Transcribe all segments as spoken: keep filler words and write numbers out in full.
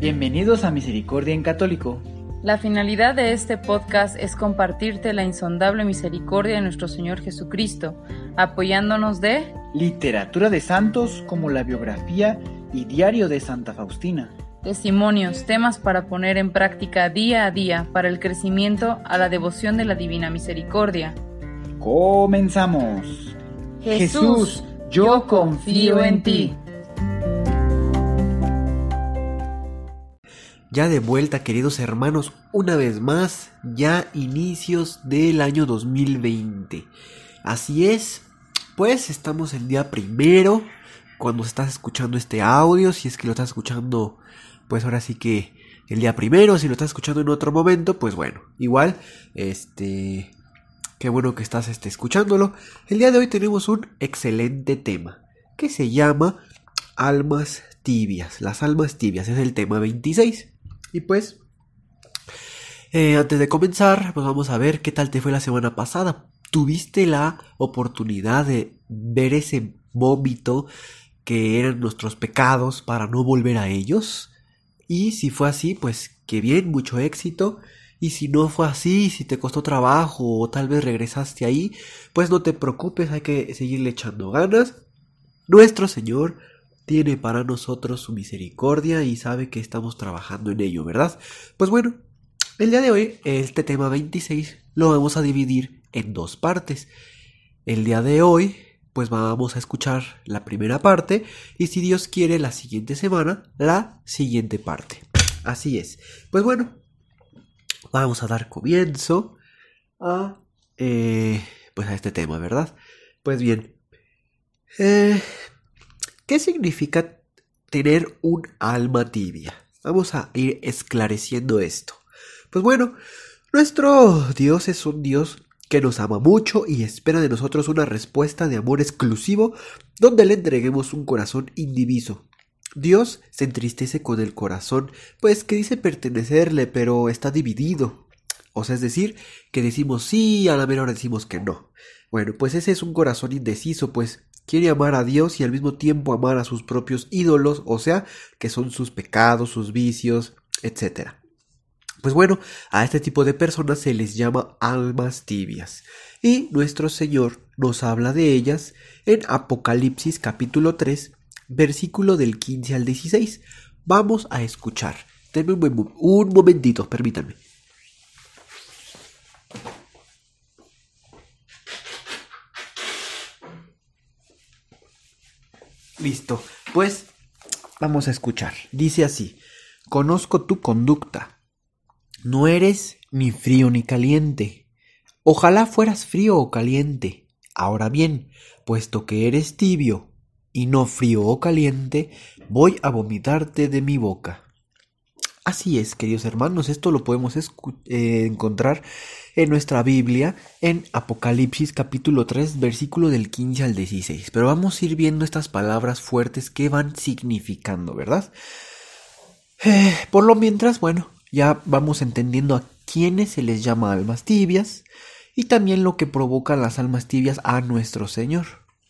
Bienvenidos a Misericordia en Católico. La finalidad de este podcast es compartirte la insondable misericordia de nuestro Señor Jesucristo, apoyándonos de literatura de santos como la biografía y diario de Santa Faustina, testimonios, temas para poner en práctica día a día para el crecimiento a la devoción de la Divina Misericordia. ¡Comenzamos! Jesús, yo confío en ti. Ya de vuelta, queridos hermanos, una vez más, ya inicios del año dos mil veinte. Así es, pues estamos el día primero, cuando estás escuchando este audio, si es que lo estás escuchando, pues ahora sí que el día primero, si lo estás escuchando en otro momento, pues bueno, igual, este, qué bueno que estás este, escuchándolo. El día de hoy tenemos un excelente tema, que se llama almas tibias. Las almas tibias es el tema veintiséis. Y pues, eh, antes de comenzar, pues vamos a ver qué tal te fue la semana pasada. ¿Tuviste la oportunidad de ver ese vómito que eran nuestros pecados para no volver a ellos? Y si fue así, pues qué bien, mucho éxito. Y si no fue así, si te costó trabajo o tal vez regresaste ahí, pues no te preocupes, hay que seguirle echando ganas. Nuestro Señor tiene para nosotros su misericordia y sabe que estamos trabajando en ello, ¿verdad? Pues bueno, el día de hoy, este tema veintiséis lo vamos a dividir en dos partes. El día de hoy, pues vamos a escuchar la primera parte y si Dios quiere, la siguiente semana, la siguiente parte. Así es. Pues bueno, vamos a dar comienzo a, eh, pues a este tema, ¿verdad? Pues bien, eh... ¿qué significa tener un alma tibia? Vamos a ir esclareciendo esto. Pues bueno, nuestro Dios es un Dios que nos ama mucho y espera de nosotros una respuesta de amor exclusivo donde le entreguemos un corazón indiviso. Dios se entristece con el corazón, pues que dice pertenecerle, pero está dividido. O sea, es decir, que decimos sí, a la mera hora decimos que no. Bueno, pues ese es un corazón indeciso, pues quiere amar a Dios y al mismo tiempo amar a sus propios ídolos, o sea, que son sus pecados, sus vicios, etcétera. Pues bueno, a este tipo de personas se les llama almas tibias. Y nuestro Señor nos habla de ellas en Apocalipsis capítulo tres, versículo del quince al dieciséis. Vamos a escuchar. Denme un, un momentito, permítanme. Listo, pues vamos a escuchar. Dice así: conozco tu conducta. No eres ni frío ni caliente. Ojalá fueras frío o caliente. Ahora bien, puesto que eres tibio y no frío o caliente, voy a vomitarte de mi boca. Así es, queridos hermanos, esto lo podemos escu- eh, encontrar en nuestra Biblia en Apocalipsis capítulo tres, versículo del quince al dieciséis. Pero vamos a ir viendo estas palabras fuertes que van significando, ¿verdad? Eh, por lo mientras, bueno, ya vamos entendiendo a quiénes se les llama almas tibias y también lo que provoca las almas tibias a nuestro Señor.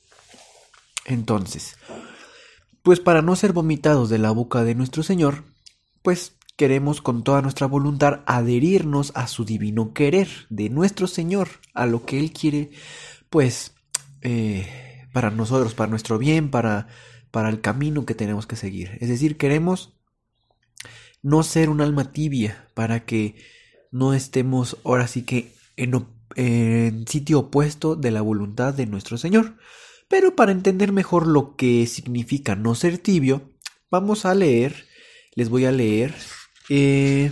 Entonces, pues para no ser vomitados de la boca de nuestro Señor, pues queremos con toda nuestra voluntad adherirnos a su divino querer de nuestro Señor, a lo que Él quiere, pues, eh, para nosotros, para nuestro bien, para, para el camino que tenemos que seguir. Es decir, queremos no ser un alma tibia para que no estemos ahora sí que en, en sitio opuesto de la voluntad de nuestro Señor. Pero para entender mejor lo que significa no ser tibio, vamos a leer, les voy a leer Eh,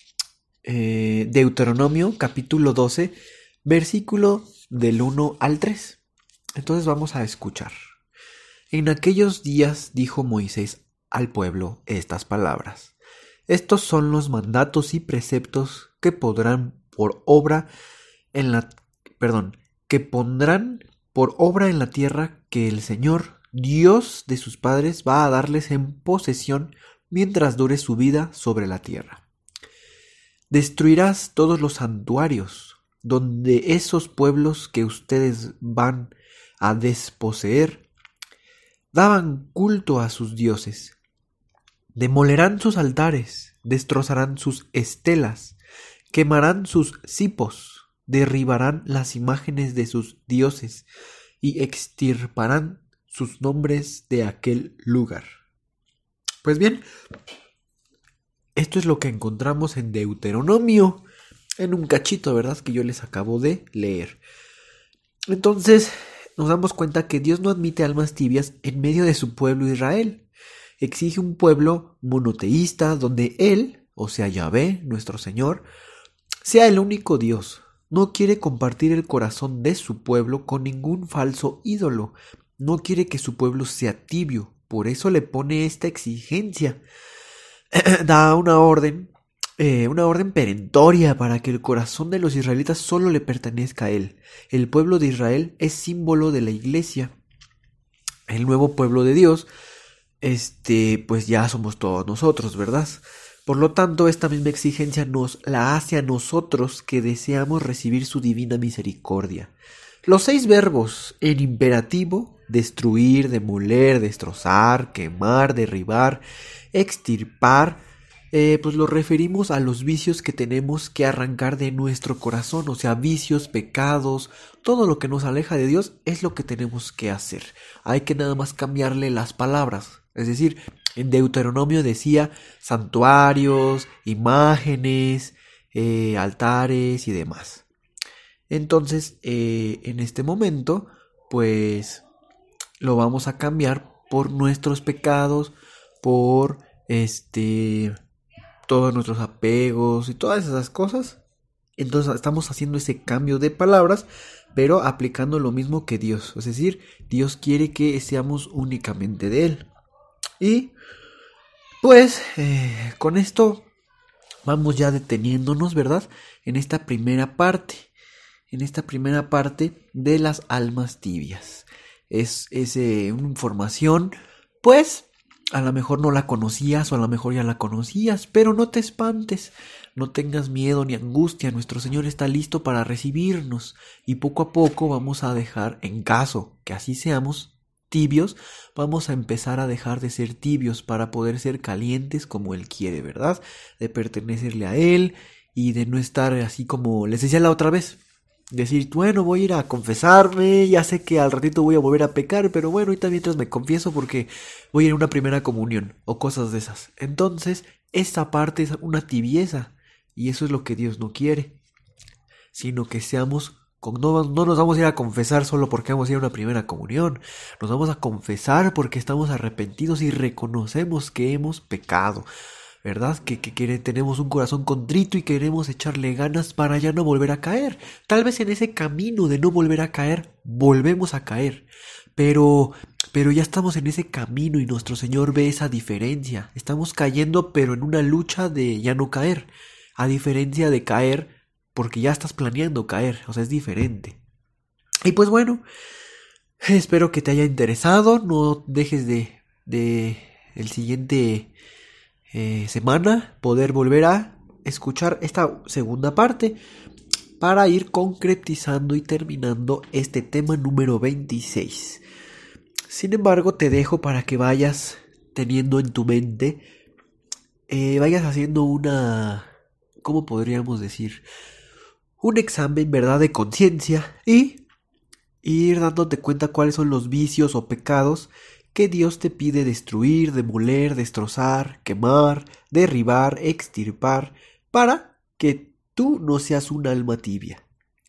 eh, Deuteronomio capítulo doce, versículo del uno al tres. Entonces vamos a escuchar. En aquellos días dijo Moisés al pueblo estas palabras: estos son los mandatos y preceptos que podrán por obra en la perdón, que pondrán por obra en la tierra que el Señor, Dios de sus padres, va a darles en posesión mientras dure su vida sobre la tierra. Destruirás todos los santuarios donde esos pueblos que ustedes van a desposeer daban culto a sus dioses. Demolerán sus altares, destrozarán sus estelas, quemarán sus cipos, derribarán las imágenes de sus dioses y extirparán sus nombres de aquel lugar. Pues bien, esto es lo que encontramos en Deuteronomio, en un cachito, ¿verdad?, que yo les acabo de leer. Entonces, nos damos cuenta que Dios no admite almas tibias en medio de su pueblo Israel. Exige un pueblo monoteísta donde Él, o sea Yahvé, nuestro Señor, sea el único Dios. No quiere compartir el corazón de su pueblo con ningún falso ídolo. No quiere que su pueblo sea tibio. Por eso le pone esta exigencia. Da una orden, eh, una orden perentoria para que el corazón de los israelitas solo le pertenezca a Él. El pueblo de Israel es símbolo de la iglesia. El nuevo pueblo de Dios, este, pues ya somos todos nosotros, ¿verdad? Por lo tanto, esta misma exigencia nos la hace a nosotros que deseamos recibir su divina misericordia. Los seis verbos en imperativo: destruir, demoler, destrozar, quemar, derribar, extirpar, eh, pues los referimos a los vicios que tenemos que arrancar de nuestro corazón, o sea, vicios, pecados, todo lo que nos aleja de Dios es lo que tenemos que hacer. Hay que nada más cambiarle las palabras, es decir, en Deuteronomio decía santuarios, imágenes, eh, altares y demás. Entonces, eh, en este momento, pues lo vamos a cambiar por nuestros pecados, por este todos nuestros apegos y todas esas cosas. Entonces estamos haciendo ese cambio de palabras, pero aplicando lo mismo que Dios. Es decir, Dios quiere que seamos únicamente de Él. Y pues eh, con esto vamos ya deteniéndonos, ¿verdad?, en esta primera parte. En esta primera parte de las almas tibias. Es, es eh, una información, pues a lo mejor no la conocías o a lo mejor ya la conocías, pero no te espantes, no tengas miedo ni angustia. Nuestro Señor está listo para recibirnos y poco a poco vamos a dejar, en caso que así seamos tibios, vamos a empezar a dejar de ser tibios para poder ser calientes como Él quiere, ¿verdad? De pertenecerle a Él y de no estar así como les decía la otra vez. Decir, bueno, voy a ir a confesarme, ya sé que al ratito voy a volver a pecar, pero bueno, ahorita mientras me confieso porque voy a ir a una primera comunión o cosas de esas. Entonces, esta parte es una tibieza y eso es lo que Dios no quiere, sino que seamos, con, no, no nos vamos a ir a confesar solo porque vamos a ir a una primera comunión, nos vamos a confesar porque estamos arrepentidos y reconocemos que hemos pecado. ¿Verdad? Que, que, que tenemos un corazón contrito y queremos echarle ganas para ya no volver a caer. Tal vez en ese camino de no volver a caer, volvemos a caer. Pero, pero ya estamos en ese camino y nuestro Señor ve esa diferencia. Estamos cayendo, pero en una lucha de ya no caer. A diferencia de caer porque ya estás planeando caer. O sea, es diferente. Y pues bueno, espero que te haya interesado. No dejes de, de el siguiente... Eh, semana poder volver a escuchar esta segunda parte para ir concretizando y terminando este tema número veintiséis. Sin embargo, te dejo para que vayas teniendo en tu mente, eh, vayas haciendo una, ¿cómo podríamos decir? Un examen, ¿verdad?, de conciencia y ir dándote cuenta cuáles son los vicios o pecados que Dios te pide destruir, demoler, destrozar, quemar, derribar, extirpar, para que tú no seas un alma tibia.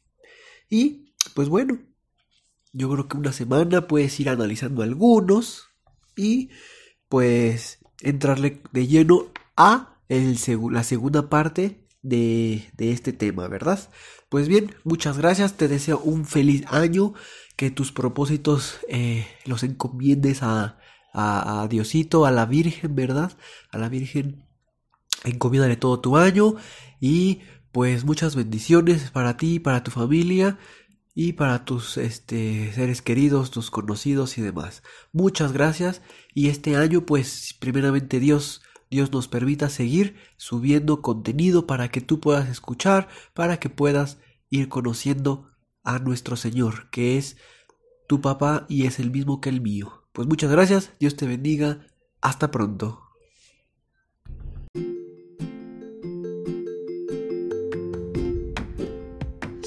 Y, pues bueno, yo creo que una semana puedes ir analizando algunos y, pues, entrarle de lleno a el seg- la segunda parte de, de este tema, ¿verdad? Pues bien, muchas gracias, te deseo un feliz año, que tus propósitos eh, los encomiendes a, a, a Diosito, a la Virgen, ¿verdad? A la Virgen, encomiéndale todo tu año y pues muchas bendiciones para ti, para tu familia y para tus este, seres queridos, tus conocidos y demás. Muchas gracias y este año pues primeramente Dios... Dios nos permita seguir subiendo contenido para que tú puedas escuchar, para que puedas ir conociendo a nuestro Señor, que es tu papá y es el mismo que el mío. Pues muchas gracias, Dios te bendiga, hasta pronto.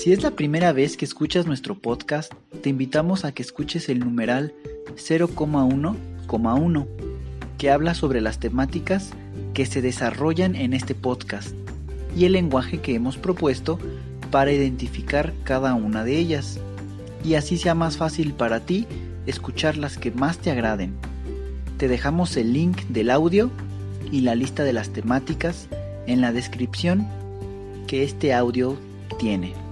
Si es la primera vez que escuchas nuestro podcast, te invitamos a que escuches el numeral cero coma uno coma uno, que habla sobre las temáticas que se desarrollan en este podcast y el lenguaje que hemos propuesto para identificar cada una de ellas, y así sea más fácil para ti escuchar las que más te agraden. Te dejamos el link del audio y la lista de las temáticas en la descripción que este audio tiene.